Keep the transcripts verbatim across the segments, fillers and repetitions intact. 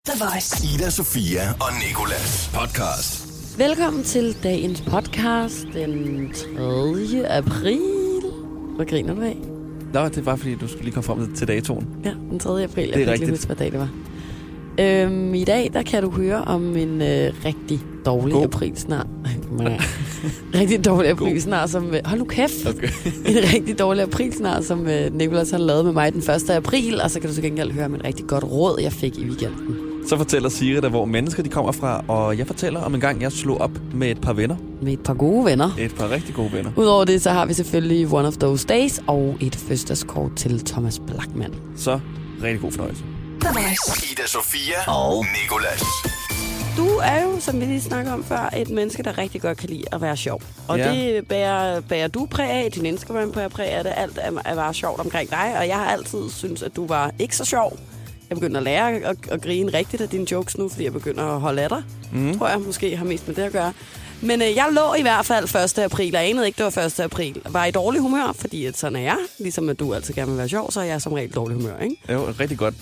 The Voice. Ida, Sofia og Nicolas podcast. Velkommen til dagens podcast den tredje april. Hvad griner du af? Nå, det var fordi, du skulle lige komme frem til datoen. Ja, den tredje april. Jeg det er kan rigtigt. ikke huske, hvad dag det var. Øhm, I dag, der kan du høre om en øh, rigtig dårlig God. aprilsnar. rigtig dårlig aprilsnar, som... Øh, hold nu kæft! Okay. en rigtig dårlig aprilsnar, som øh, Nicolas har lavet med mig den første april. Og så kan du så gengæld høre om et rigtig godt råd, jeg fik i weekenden. Så fortæller Siri der, hvor mennesker de kommer fra, og jeg fortæller om en gang, jeg slog op med et par venner. Med et par gode venner. Et par rigtig gode venner. Udover det, så har vi selvfølgelig One of Those Days og et fødselsdagskort til Thomas Blackman. Så rigtig god fornøjelse. The Voice. Ida, Sofia og Nicolas. Du er jo, som vi lige snakkede om før, et menneske, der rigtig godt kan lide at være sjov. Og Ja. det bærer, bærer du præg af, din Instagram bærer præg af det. Alt er, er bare sjovt omkring dig, og jeg har altid syntes, at du var ikke så sjov. Jeg begynder at lære at, at grine rigtigt af dine jokes nu, fordi jeg begynder at holde af dig. Mm. Tror jeg måske har mest med det at gøre. Men øh, jeg lå i hvert fald første april, og anede ikke, det var første april. Var i dårlig humør, fordi at sådan er jeg. Ligesom at du altid gerne vil være sjov, så er jeg som regel dårlig humør, ikke? Jo, rigtig godt.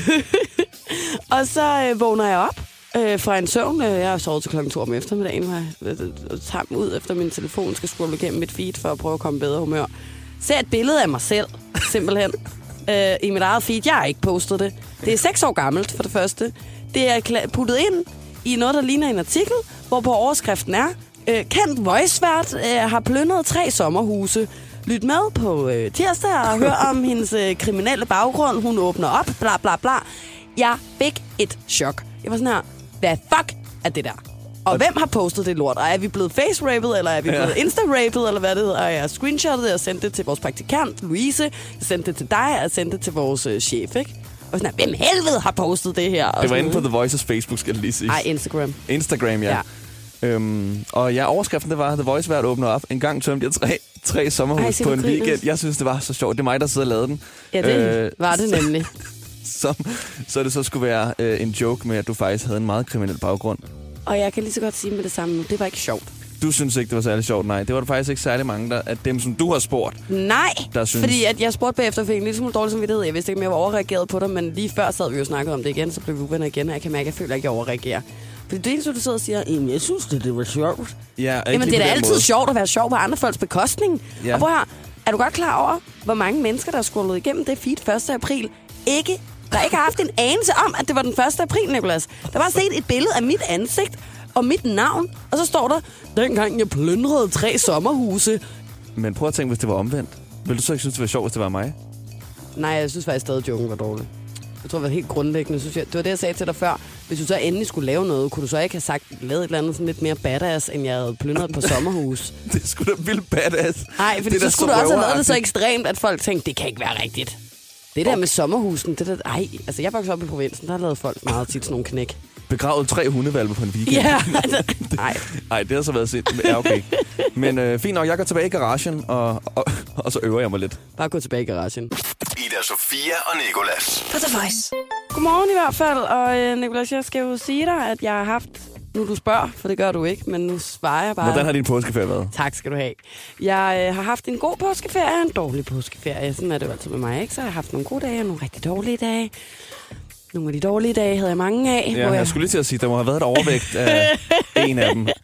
Og så øh, vågner jeg op øh, fra en søvn. Jeg har sovet til klokken to om eftermiddagen, hvor jeg øh, tager mig ud efter min telefon, skal scrolle igennem mit feed for at prøve at komme bedre humør. Ser et billede af mig selv, simpelthen, øh, i mit eget feed. Jeg har ikke postet det. Det er seks år gammelt, for det første. Det er puttet ind i noget, der ligner en artikel, hvor på overskriften er, øh, kendt voicevært øh, har plyndret tre sommerhuse. Lyt med på øh, tirsdag og hør om hendes øh, kriminelle baggrund. Hun åbner op, bla bla bla. Jeg fik et chok. Jeg var sådan her, hvad fuck er det der? Og, og hvem har postet det lort? Og er vi blevet face-raped, eller er vi blevet ja. insta-raped, eller hvad det hedder? Og jeg har screenshotet og sendt det til vores praktikant, Louise. Jeg sendte det til dig, og sendte det til vores øh, chef, ikke? Og sådan her, hvem helvede har postet det her? Og det var inde på The Voice's Facebook, skal det lige sige. Nej, Instagram. Instagram, ja. ja. Øhm, og ja, overskriften det var, The Voice hvert åbner op. En gang tømte jeg tre, tre sommerhus Ej, på en weekend. Weekend. Jeg synes, det var så sjovt. Det er mig, der sidder og lavede den. Ja, det øh, var det nemlig. Som, så det så skulle være øh, en joke med, at du faktisk havde en meget kriminel baggrund. Og jeg kan lige så godt sige med det samme nu, det var ikke sjovt. Du synes ikke, det var særlig sjovt? Nej, det var der faktisk ikke særlig mange, der, at dem, som du har spurgt. Nej, der synes... fordi at jeg spurgte bagefter, og fik en lille smule dårlig samvittighed. Jeg vidste ikke, om jeg var overreageret på dig, men lige før sad vi jo snakket om det igen, så blev vi uvenner igen, og jeg kan mærke, at jeg føler, at jeg overreagerer. Fordi det eneste, du sidder og siger, jamen, jeg synes, det, det var sjovt. Ja, jamen, det er da altid måde. sjovt at være sjov på andre folks bekostning. Ja. Og prøv her, er du godt klar over, hvor mange mennesker, der er scrollet igennem det feed første april, ikke, der ikke har haft en anelse om, at det var den første april, Nicolas? Der var set et billede af mit ansigt og mit navn, og så står der, dengang jeg plyndrede tre sommerhuse. Men prøv at tænke, hvis det var omvendt. Vil du så ikke synes, det var sjovt, hvis det var mig? Nej, jeg synes faktisk stadig, at joken var dårlig. Jeg tror, det var helt grundlæggende. Synes jeg. Det var det, jeg sagde til dig før. Hvis du så endelig skulle lave noget, kunne du så ikke have sagt, lavet et eller andet sådan lidt mere badass, end jeg havde plyndret på sommerhus? Det skulle da vildt badass. Nej, for så skulle du også have lavet det så ekstremt, at folk tænkte, det kan ikke være rigtigt. Det der okay. med sommerhusen, det der... Ej, altså jeg voksede op i provinsen, der lavede folk meget tit sådan nogle knæk. Begravet tre hundevalpe på en weekend. Ja, altså, nej. Nej, det har så været set. Ja, okay. Men øh, fint nok, jeg går tilbage i garagen, og, og, og så øver jeg mig lidt. Bare gå tilbage i garagen. Ida, Sofia og Nicolas. For The Voice. Godmorgen i hvert fald, og øh, Nicolas, jeg skal jo sige dig, at jeg har haft... Nu du spørger, for det gør du ikke, men nu svarer jeg bare. Hvordan har din påskeferie været? Tak skal du have. Jeg øh, har haft en god påskeferie og en dårlig påskeferie. Sådan er det jo altid med mig, ikke? Så jeg har haft nogle gode dage og nogle rigtig dårlige dage. Nogle af de dårlige dage havde jeg mange af. Ja, jeg... jeg skulle lige til at sige, at der må have været et overvægt af en af dem.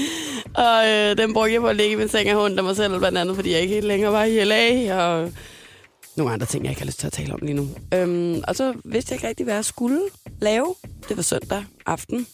Og øh, den brugte jeg på at ligge i min seng og hunde mig selv, blandt andet, fordi jeg ikke helt længere var i L A. Og nogle andre ting, jeg ikke har lyst til at tale om lige nu. Øhm, og så vidste jeg ikke rigtig, hvad jeg skulle lave. Det var søndag aften.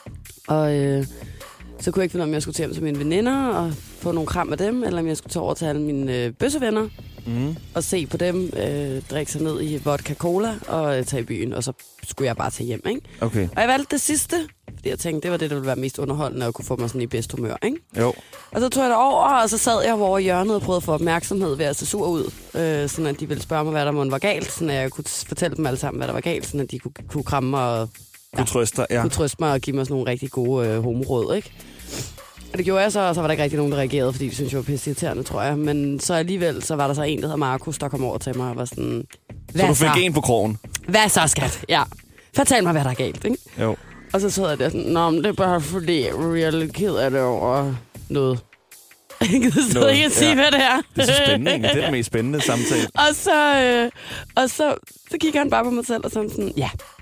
Og øh, så kunne jeg ikke finde ud af, om jeg skulle til hjem til mine veninder og få nogle kram af dem, eller om jeg skulle tage over til alle mine øh, bøssevenner mm. og se på dem, øh, drikke sig ned i vodka cola og øh, tage i byen, og så skulle jeg bare tage hjem, ikke? Okay. Og jeg valgte det sidste, fordi jeg tænkte, det var det, der ville være mest underholdende, og kunne få mig sådan i bedst humør, ikke? Jo. Og så tog jeg det over, og så sad jeg over i hjørnet og prøvede at få opmærksomhed ved at se sur ud, øh, sådan at de ville spørge mig, hvad der måtte var galt, sådan at jeg kunne fortælle dem alle sammen, hvad der var galt, sådan at de kunne, kunne kramme mig og ja, kunne trøste dig, ja. kunne trøste mig og give mig sådan nogle rigtig gode øh, homoråd, ikke? Og det gjorde jeg så, og så var der ikke rigtig nogen, der reagerede, fordi de syntes, jeg var pisse irriterende, tror jeg. Men så alligevel, så var der så en, der hedder Markus, der kom over til mig og var sådan... Så du fik så? En på krogen? Hvad så, skat? Ja. Fortæl mig, hvad der er galt, ikke? Jo. Og så sad jeg der sådan, nå, men det er bare fordi, jeg er lidt ked af det over noget. Jeg kan stadig ikke sige, ja, hvad det er. Det er så spændende, ikke? Det er det mest spændende samtale. Og så, øh, og så, så kigger han bare på mig selv og sådan sådan, ja,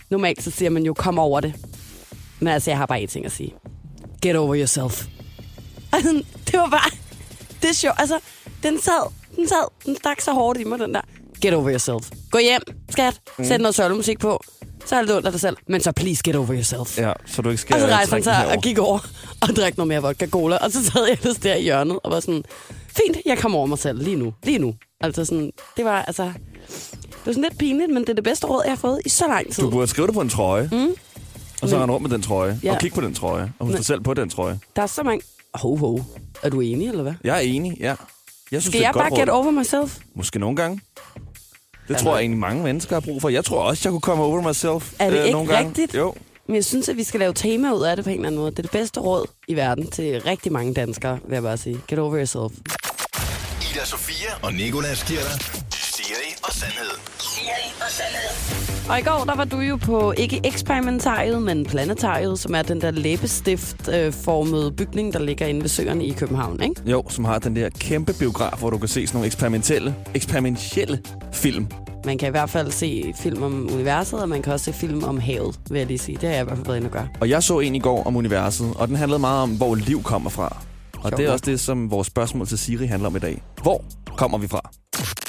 normalt så siger man jo, kom over det. Men altså, jeg har bare en ting at sige. Get over yourself. Altså, det var bare... Det er sjovt. Altså, den sad, den sad, den stak så hårdt i mig, den der. Get over yourself. Gå hjem, skat. Mm. Sæt noget sølvmusik på. Så er det ondt af dig selv. Men så please get over yourself. Ja, så du ikke skal... Og så rejste han sig og gik over og drak noget mere vodka cola. Og så sad jeg ellers der i hjørnet og var sådan, fint, jeg kommer over mig selv lige nu. Lige nu. Altså sådan, det var altså... Det var sådan lidt pinligt, men det er det bedste råd, jeg har fået i så lang tid. Du burde skrive det på en trøje. Mm. Og så rende rundt med den trøje. Ja. Og kigge på den trøje. Og huske dig selv på den trøje. Der er så mange... Ho, ho. Er du enig, eller hvad? Jeg er enig, ja. Jeg synes, Skal jeg bare get over myself? Måske nogle gange. Det ja, tror jeg egentlig mange mennesker har brug for. Jeg tror også, jeg kunne komme over myself. Er det øh, ikke nogle rigtigt? Gange. Jo. Men jeg synes, at vi skal lave tema ud af det på en eller anden måde. Det er det bedste råd i verden til rigtig mange danskere, vil jeg bare sige. Get over yourself. Ida Sofia og Nicolas giver dig Siri og Sandhed. Siri og Sandhed. Og i går, der var du jo på ikke eksperimentariet, men planetariet, som er den der læbestift-formede bygning, der ligger inde ved søerne i København, ikke? Jo, som har den der kæmpe biograf, hvor du kan se sådan nogle eksperimentelle, eksperimentelle film. Man kan i hvert fald se film om universet, og man kan også se film om havet, vil jeg lige sige. Det har jeg i hvert fald været inde at gøre. Og jeg så en i går om universet, og den handlede meget om, hvor liv kommer fra. Og Sjov, det er også det, som vores spørgsmål til Siri handler om i dag. Hvor kommer vi fra?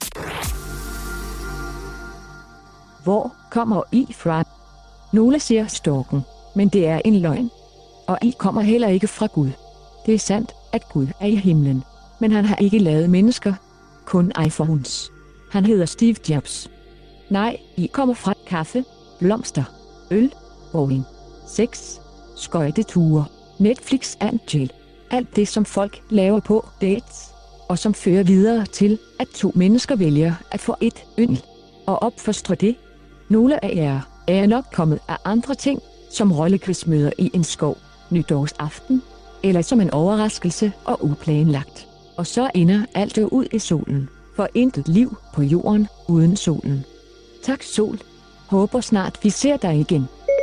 Hvor kommer I fra? Nogle siger storken, men det er en løgn. Og I kommer heller ikke fra Gud. Det er sandt, at Gud er i himlen. Men han har ikke lavet mennesker. Kun iPhones. Han hedder Steve Jobs. Nej, I kommer fra kaffe, blomster, øl, bowling, sex, skøjteture, Netflix and chill. Alt det, som folk laver på dates. Og som fører videre til, at to mennesker vælger at få et yndel. Og opforstå det. Nogle af jer er nok kommet af andre ting, som rollekrigsmøder i en skov, nytårsaften, eller som en overraskelse og uplanlagt. Og så ender alt det ud i solen, for intet liv på jorden uden solen. Tak sol. Håber snart vi ser dig igen.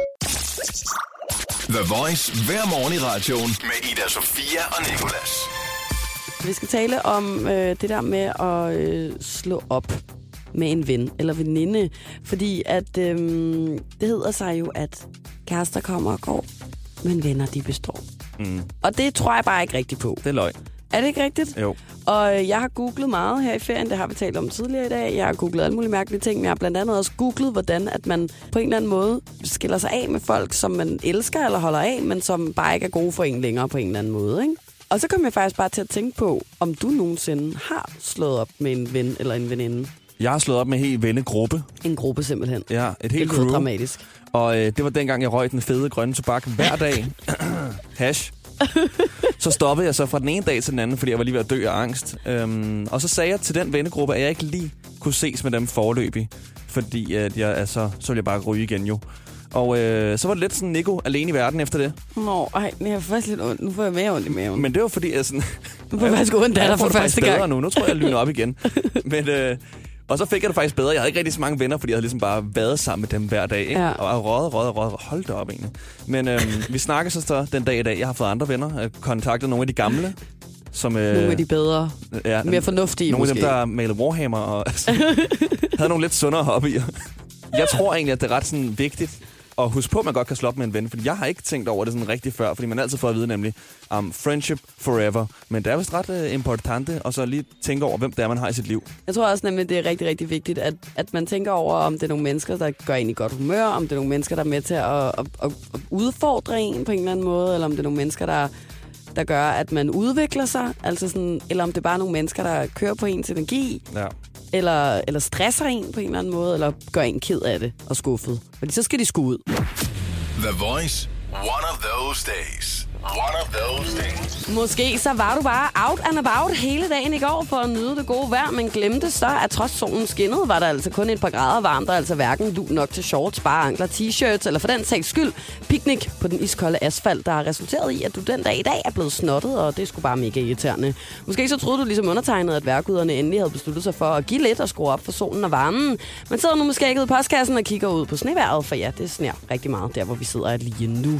The Voice hver morgen i radioen med Ida Sofia og Nicolas. Vi skal tale om øh, det der med at øh, slå op med en ven eller veninde. Fordi at øh, det hedder sig jo, at kærester kommer og går, men venner de består. Mm. Og det tror jeg bare ikke rigtigt på. Det er løgn. Er det ikke rigtigt? Jo. Og øh, jeg har googlet meget her i ferien, det har vi talt om tidligere i dag. Jeg har googlet alle mulige mærkelige ting, men jeg har blandt andet også googlet, hvordan at man på en eller anden måde skiller sig af med folk, som man elsker eller holder af, men som bare ikke er gode for en længere på en eller anden måde, ikke? Og så kom jeg faktisk bare til at tænke på, om du nogensinde har slået op med en ven eller en veninde. Jeg har slået op med en hel vennegruppe. En gruppe simpelthen. Ja, et helt crew. Det er dramatisk. Og øh, det var dengang, jeg røg den fede grønne tobak hver dag. Hash. Så stoppede jeg så fra den ene dag til den anden, fordi jeg var lige ved at dø af angst. Øhm, og så sagde jeg til den vennegruppe, at jeg ikke lige kunne ses med dem foreløbig. Fordi at jeg, altså, så ville jeg bare ryge igen jo. Og øh, så var det lidt sådan Nico alene i verden efter det. Nå, ej, jeg har faktisk lidt ondt. Nu får jeg mere ondt i maven. Men det var fordi, jeg sådan... Nu får jeg faktisk ondt af dig for første gang. Nu. nu tror jeg, jeg lyner op igen. Men... Øh, Og så fik jeg det faktisk bedre. Jeg havde ikke rigtig så mange venner, fordi jeg havde ligesom bare været sammen med dem hver dag. Ikke? Ja. Og røget, røget, røget. Hold da op egentlig. Men øhm, vi snakker så, så den dag i dag. Jeg har fået andre venner. Jeg kontaktet nogle af de gamle. Som, øh, nogle af de bedre. Ja, mere fornuftige nogle måske. Nogle af dem, der malede Warhammer. Og altså, havde nogle lidt sundere hobbyer. Jeg tror egentlig, at det er ret sådan vigtigt at huske på, at man godt kan slå op med en ven. Fordi jeg har ikke tænkt over det sådan rigtig før. Fordi man altid får at vide nemlig, um, friendship forever. Men det er vist ret uh, importante. Og så lige tænke over, hvem det er, man har i sit liv. Jeg tror også nemlig, det er rigtig, rigtig vigtigt, at, at man tænker over, om det er nogle mennesker, der gør en i godt humør. Om det er nogle mennesker, der er med til at, at, at, at udfordre en på en eller anden måde. Eller om det er nogle mennesker, der, der gør, at man udvikler sig. Altså sådan, eller om det er bare nogle mennesker, der kører på ens energi. Ja. Eller, eller stresser en på en eller anden måde, eller gør en ked af det og skuffet. Fordi så skal de sgu ud. The Voice, one of those days. One of those days. Måske så var du bare out and about hele dagen i går for at nyde det gode vejr, men glemte så, at trods solen skinnede, var der altså kun et par grader varmt, og altså hverken lun nok til shorts, bare ankler, t-shirts, eller for den sags skyld, picnic på den iskolde asfalt, der har resulteret i, at du den dag i dag er blevet snottet, og det er sgu bare mega irriterende. Måske så troede du ligesom undertegnet, at vejrguderne endelig havde besluttet sig for at give lidt og skrue op for solen og varmen, men sidder nu måske ikke ude i postkassen og kigger ud på snevejret, for ja, det sner rigtig meget der, hvor vi sidder lige nu.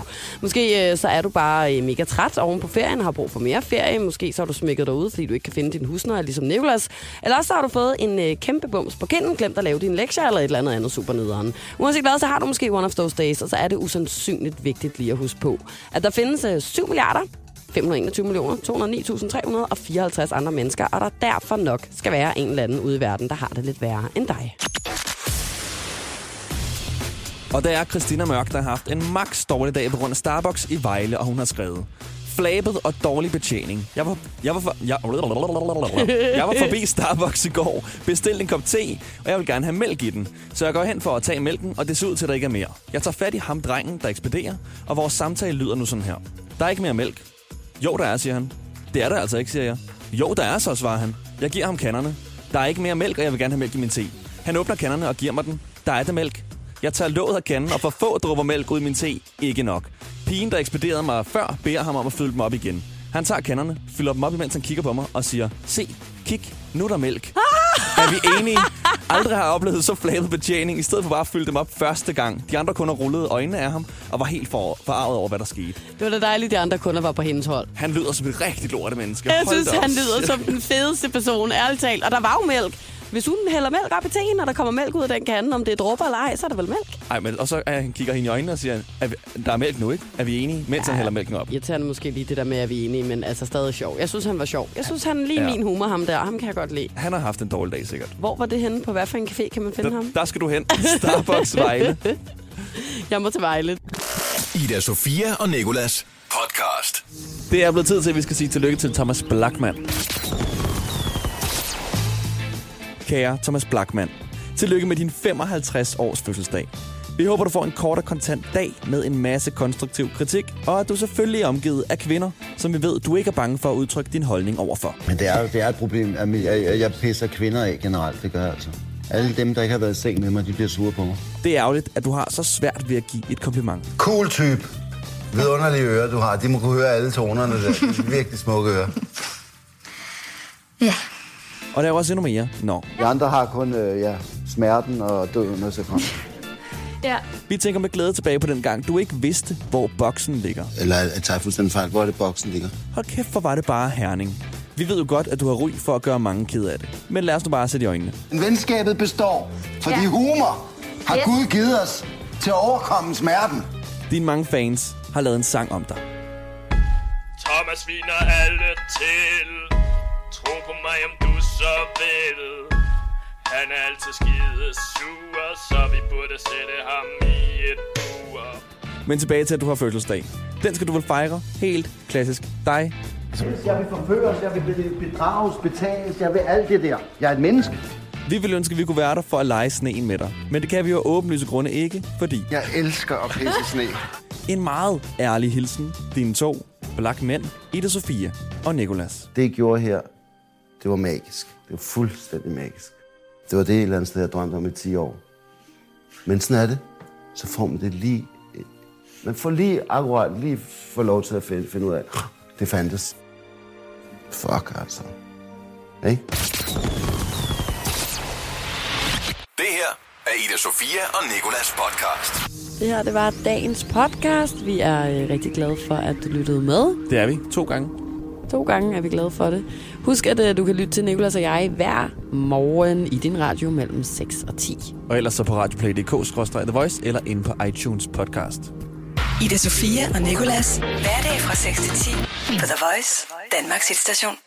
Måske øh, så er du bare øh, mega træt oven på ferien og har brug for mere ferie. Måske så har du smækket dig ud, fordi du ikke kan finde din husnøje, ligesom Nicolas. Eller så har du fået en øh, kæmpe bums på kinden, glemt at lave dine lektier eller et eller andet andet super nederen. Uanset hvad, så har du måske one of those days, og så er det usandsynligt vigtigt lige at huske på, at der findes øh, syv milliarder, fem hundrede og enogtyve millioner, to hundrede og ni tusind tre hundrede og fireoghalvtreds andre mennesker, og der derfor nok skal være en eller anden ude i verden, der har det lidt værre end dig. Og der er Christina Mørk, der har haft en max dårlig dag på grund af Starbucks i Vejle, og hun har skrevet: flabet og dårlig betjening. Jeg var, jeg var, for, jeg, jeg var forbi Starbucks i går, bestilte en kop te, og jeg vil gerne have mælk i den. Så jeg går hen for at tage mælken, og det ser ud til, at der ikke er mere. Jeg tager fat i ham, drengen, der ekspederer, og vores samtale lyder nu sådan her. Der er ikke mere mælk. Jo, der er, siger han. Det er der altså ikke, siger jeg. Jo, der er så, svarer han. Jeg giver ham kanderne. Der er ikke mere mælk, og jeg vil gerne have mælk i min te. Han åbner kanderne og giver mig den. Der er det mælk. Jeg tager låget af kanden og får få dråber mælk ud i min te. Ikke nok. Pigen, der ekspederede mig før, beder ham om at fylde dem op igen. Han tager kanderne, fylder dem op, imens han kigger på mig og siger: se, kig, nu er der mælk. Er vi enige? Aldrig har jeg oplevet så flabet betjening, i stedet for bare at fylde dem op første gang. De andre kunder rullede øjnene af ham og var helt for, forarvet over, hvad der skete. Det var da dejligt, de andre kunder var på hendes hold. Han lyder som et rigtig lorte menneske. Jeg Hold synes, han lyder som den fedeste person, ærligt talt. Og der var jo mælk. Hvis hun hælder mælk op i teen, og der kommer mælk ud af den kande, om det er dråber eller ej, så er der vel mælk. Ej, men og så er han kigger hende i øjnene og siger, at der er mælk nu, ikke? Er vi enige? Mens ja, han hælder mælken op. Jeg tager måske lige det der med, at vi er enige, men altså stadig sjov. Jeg synes, han var sjov. Jeg synes, han lige ja. min humor, ham der. Ham kan jeg godt lide. Han har haft en dårlig dag, sikkert. Hvor var det henne? På hvad for en café kan man finde der, ham? Der skal du hen. Starbucks Vejle. Jeg må til Vejle. Ida Sofia og Nicolas podcast. Det er blevet tid til, at vi skal sige tillykke til Thomas Blachman. Kære Thomas Blachman, tillykke med din femoghalvtreds års fødselsdag. Vi håber, du får en kort og kontant dag med en masse konstruktiv kritik, og at du selvfølgelig er omgivet af kvinder, som vi ved, du ikke er bange for at udtrykke din holdning overfor. Men det er, det er et problem. Jeg, jeg, jeg pisser kvinder af generelt, det gør jeg altså. Alle dem, der ikke har været i seng med mig, de bliver sure på mig. Det er ærgerligt, at du har så svært ved at give et kompliment. Cool type. Vidunderlige ører, du har. De må kunne høre alle tonerne der. Virkelig smukke ører. Ja. Og der er også endnu mere. Nå. De andre har kun øh, ja, smerten og døden, og så kommer. Ja. Vi tænker med glæde tilbage på den gang, du ikke vidste, hvor boksen ligger. Eller jeg tager fuldstændig fejl. Hvor er det, boksen ligger? Hold kæft, hvor var det bare Herning. Vi ved jo godt, at du har ry for at gøre mange ked af det. Men lad os nu bare sætte i øjnene. Venskabet består, fordi ja. humor har ja. Gud givet os til at overkomme smerten. Dine mange fans har lavet en sang om dig. Thomas viner alle til. Tro på mig, om du så vil. Han er altid skide sur, så vi burde sætte ham i et bur. Men tilbage til, at du har fødselsdag. Den skal du vel fejre helt klassisk dig. Jeg vil forføres, jeg vil bedrages, betales, jeg vil alt det der. Jeg er et menneske. Vi ville ønske, at vi kunne være der for at lege sneen med dig. Men det kan vi jo åbenlyse grunde ikke, fordi... Jeg elsker at pisse sne. En meget ærlig hilsen. Dine to Blachmænd, Ida Sofia og Nicolas. Det, I gjorde her, det var magisk. Det var fuldstændig magisk. Det var det et eller andet sted, jeg drømte om i ti år. Men sådan er det. Så får man det lige... Man får lige akkurat lige få lov til at finde, finde ud af, det fandtes. Fuck, altså. Hey? Det her er Ida Sofia og Nicolas podcast. Det her, det var dagens podcast. Vi er øh, rigtig glade for, at du lyttede med. Det er vi. To gange. To gange er vi glade for det. Husk, at uh, du kan lytte til Nicolas og jeg hver morgen i din radio mellem seks og ti. Og ellers så på radioplay punktum d k skråstreg The Voice eller inde på iTunes podcast. Ida Sofia og Nicolas. Hverdag fra seks til ti på The Voice, Danmarks hitstation.